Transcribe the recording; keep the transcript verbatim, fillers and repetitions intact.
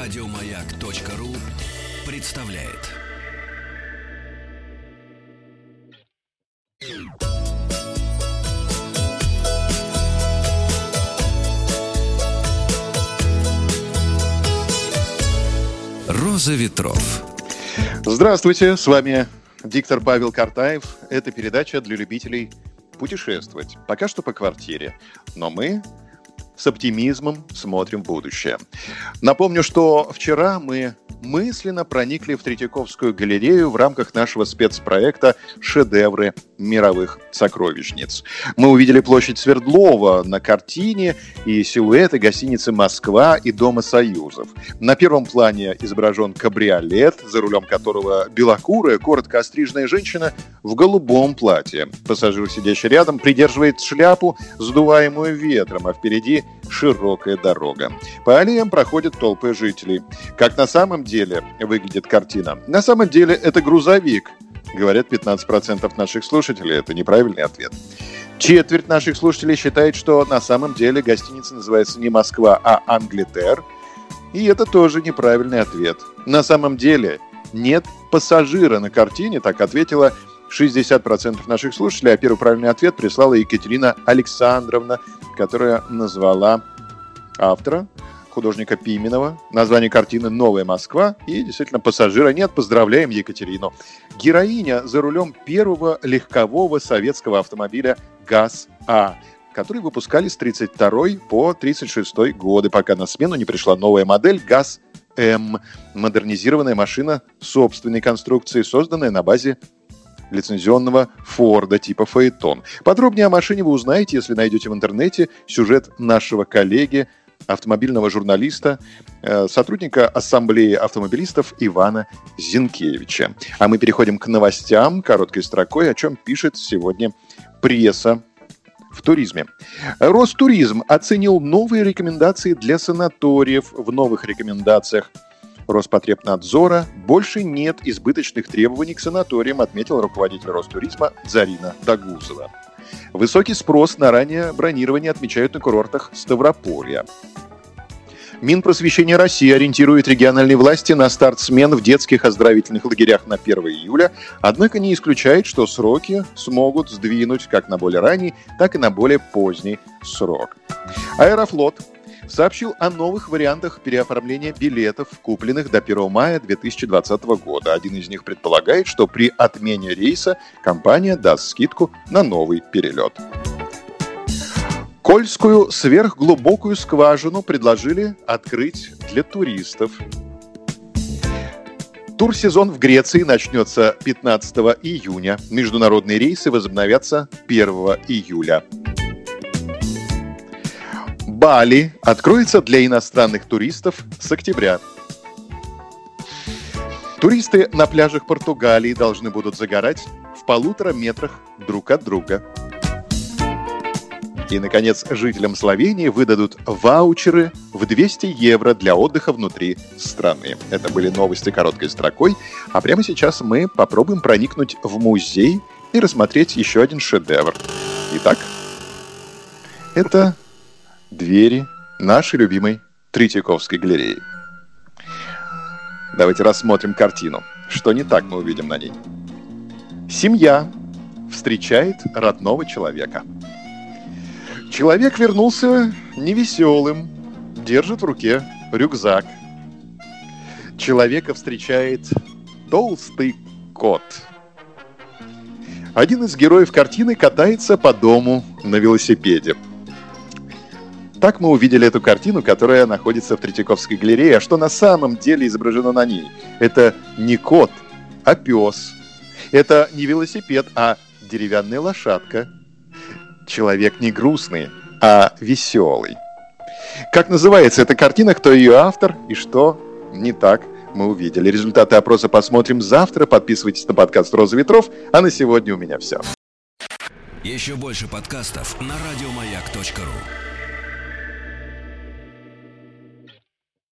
Радиомаяк.ру представляет. Роза ветров. Здравствуйте, с вами диктор Павел Картаев. Это передача для любителей путешествовать. Пока что по квартире, но мы с оптимизмом смотрим в будущее. Напомню, что вчера мы мысленно проникли в Третьяковскую галерею в рамках нашего спецпроекта «Шедевры мировых сокровищниц». Мы увидели площадь Свердлова на картине и силуэты гостиницы «Москва» и Дома Союзов. На первом плане изображен кабриолет, за рулем которого белокурая, коротко остриженная женщина в голубом платье. Пассажир, сидящий рядом, придерживает шляпу, сдуваемую ветром, а впереди широкая дорога. По аллеям проходят толпы жителей. Как на самом деле выглядит картина? На самом деле это грузовик. Говорят, пятнадцать процентов наших слушателей. Это неправильный ответ. Четверть наших слушателей считает, что на самом деле гостиница называется не «Москва», а «Англитер». И это тоже неправильный ответ. На самом деле нет пассажира на картине, так ответила шестьдесят процентов наших слушателей, а первый правильный ответ прислала Екатерина Александровна, которая назвала автора, художника Пименова, название картины «Новая Москва», и действительно пассажира нет. Поздравляем Екатерину. Героиня за рулем первого легкового советского автомобиля ГАЗ-А, который выпускали с тридцать второй по тридцать шестой годы, пока на смену не пришла новая модель ГАЗ-М. Модернизированная машина собственной конструкции, созданная на базе лицензионного Форда типа фаэтон. Подробнее о машине вы узнаете, если найдете в интернете сюжет нашего коллеги, автомобильного журналиста, сотрудника Ассамблеи автомобилистов Ивана Зинкевича. А мы переходим к новостям короткой строкой, о чем пишет сегодня пресса в туризме. Ростуризм оценил новые рекомендации для санаториев. В новых рекомендациях Роспотребнадзора больше нет избыточных требований к санаториям, отметил руководитель Ростуризма Зарина Дагузова. Высокий спрос на раннее бронирование отмечают на курортах Ставрополья. Минпросвещение России ориентирует региональные власти на старт смен в детских оздоровительных лагерях на первого июля, однако не исключает, что сроки смогут сдвинуть как на более ранний, так и на более поздний срок. Аэрофлот сообщил о новых вариантах переоформления билетов, купленных до первого мая две тысячи двадцатого года. Один из них предполагает, что при отмене рейса компания даст скидку на новый перелет. Кольскую сверхглубокую скважину предложили открыть для туристов. Турсезон в Греции начнется пятнадцатого июня. Международные рейсы возобновятся первого июля. Бали откроется для иностранных туристов с октября. Туристы на пляжах Португалии должны будут загорать в полутора метрах друг от друга. И, наконец, жителям Словении выдадут ваучеры в двести евро для отдыха внутри страны. Это были новости короткой строкой. А прямо сейчас мы попробуем проникнуть в музей и рассмотреть еще один шедевр. Итак, это двери нашей любимой Третьяковской галереи. Давайте рассмотрим картину. Что не так мы увидим на ней? Семья встречает родного человека. Человек вернулся невеселым, держит в руке рюкзак. Человека встречает толстый кот. Один из героев картины катается по дому на велосипеде. Так мы увидели эту картину, которая находится в Третьяковской галерее. А что на самом деле изображено на ней? Это не кот, а пес. Это не велосипед, а деревянная лошадка. Человек не грустный, а веселый. Как называется эта картина, кто ее автор и что не так, мы увидели. Результаты опроса посмотрим завтра. Подписывайтесь на подкаст «Роза ветров». А на сегодня у меня все. Еще больше подкастов на радиомаяк точка ру.